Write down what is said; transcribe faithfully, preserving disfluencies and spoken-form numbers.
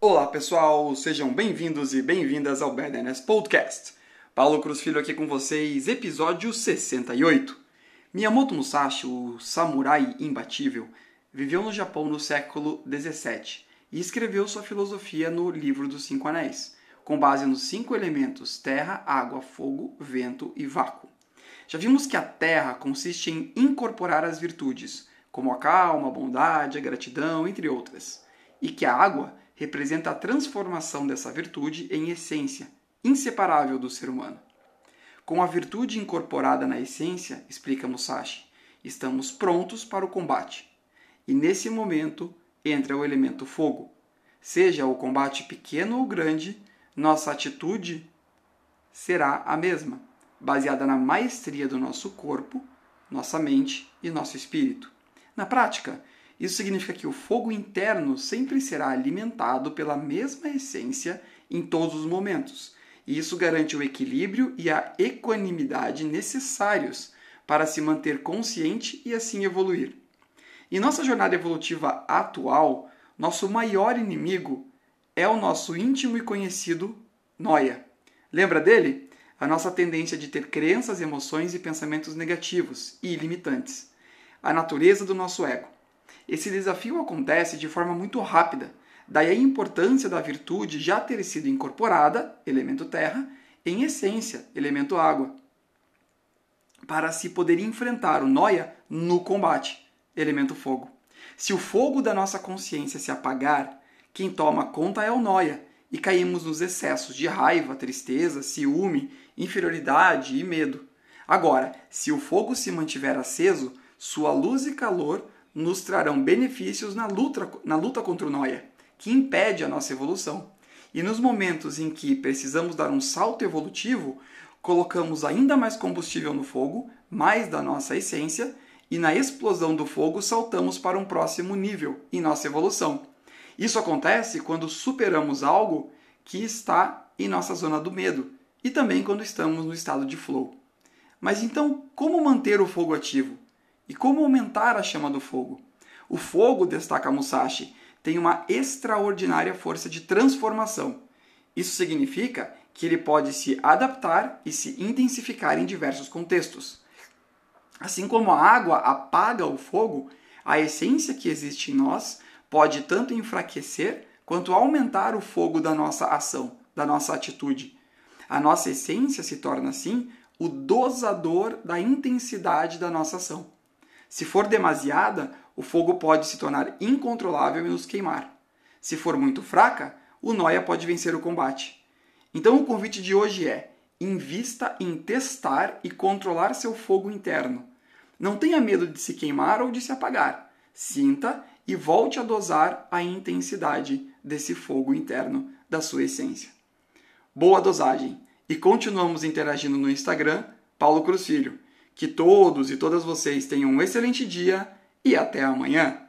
Olá pessoal, sejam bem-vindos e bem-vindas ao Bad N S Podcast. Paulo Cruz Filho aqui com vocês, episódio sessenta e oito. Miyamoto Musashi, o samurai imbatível, viveu no Japão no século dezessete e escreveu sua filosofia no Livro dos Cinco Anéis, com base nos cinco elementos terra, água, fogo, vento e vácuo. Já vimos que a terra consiste em incorporar as virtudes, como a calma, a bondade, a gratidão, entre outras, e que a água representa a transformação dessa virtude em essência, inseparável do ser humano. Com a virtude incorporada na essência, explica Musashi, estamos prontos para o combate. E nesse momento entra o elemento fogo. Seja o combate pequeno ou grande, nossa atitude será a mesma, baseada na maestria do nosso corpo, nossa mente e nosso espírito. Na prática, isso significa que o fogo interno sempre será alimentado pela mesma essência em todos os momentos, e isso garante o equilíbrio e a equanimidade necessários para se manter consciente e assim evoluir. Em nossa jornada evolutiva atual, nosso maior inimigo é o nosso íntimo e conhecido Noia. Lembra dele? A nossa tendência de ter crenças, emoções e pensamentos negativos e limitantes. A natureza do nosso ego. Esse desafio acontece de forma muito rápida, daí a importância da virtude já ter sido incorporada, elemento terra, em essência, elemento água, para se poder enfrentar o Noia no combate, elemento fogo. Se o fogo da nossa consciência se apagar, quem toma conta é o Noia, e caímos nos excessos de raiva, tristeza, ciúme, inferioridade e medo. Agora, se o fogo se mantiver aceso, sua luz e calor nos trarão benefícios na luta, na luta contra o Noia, que impede a nossa evolução. E nos momentos em que precisamos dar um salto evolutivo, colocamos ainda mais combustível no fogo, mais da nossa essência, e na explosão do fogo saltamos para um próximo nível em nossa evolução. Isso acontece quando superamos algo que está em nossa zona do medo, e também quando estamos no estado de flow. Mas então, como manter o fogo ativo? E como aumentar a chama do fogo? O fogo, destaca Musashi, tem uma extraordinária força de transformação. Isso significa que ele pode se adaptar e se intensificar em diversos contextos. Assim como a água apaga o fogo, a essência que existe em nós pode tanto enfraquecer quanto aumentar o fogo da nossa ação, da nossa atitude. A nossa essência se torna, assim, o dosador da intensidade da nossa ação. Se for demasiada, o fogo pode se tornar incontrolável e nos queimar. Se for muito fraca, o Noia pode vencer o combate. Então o convite de hoje é: invista em testar e controlar seu fogo interno. Não tenha medo de se queimar ou de se apagar. Sinta e volte a dosar a intensidade desse fogo interno da sua essência. Boa dosagem! E continuamos interagindo no Instagram, Paulo Cruz Filho. Que todos e todas vocês tenham um excelente dia e até amanhã!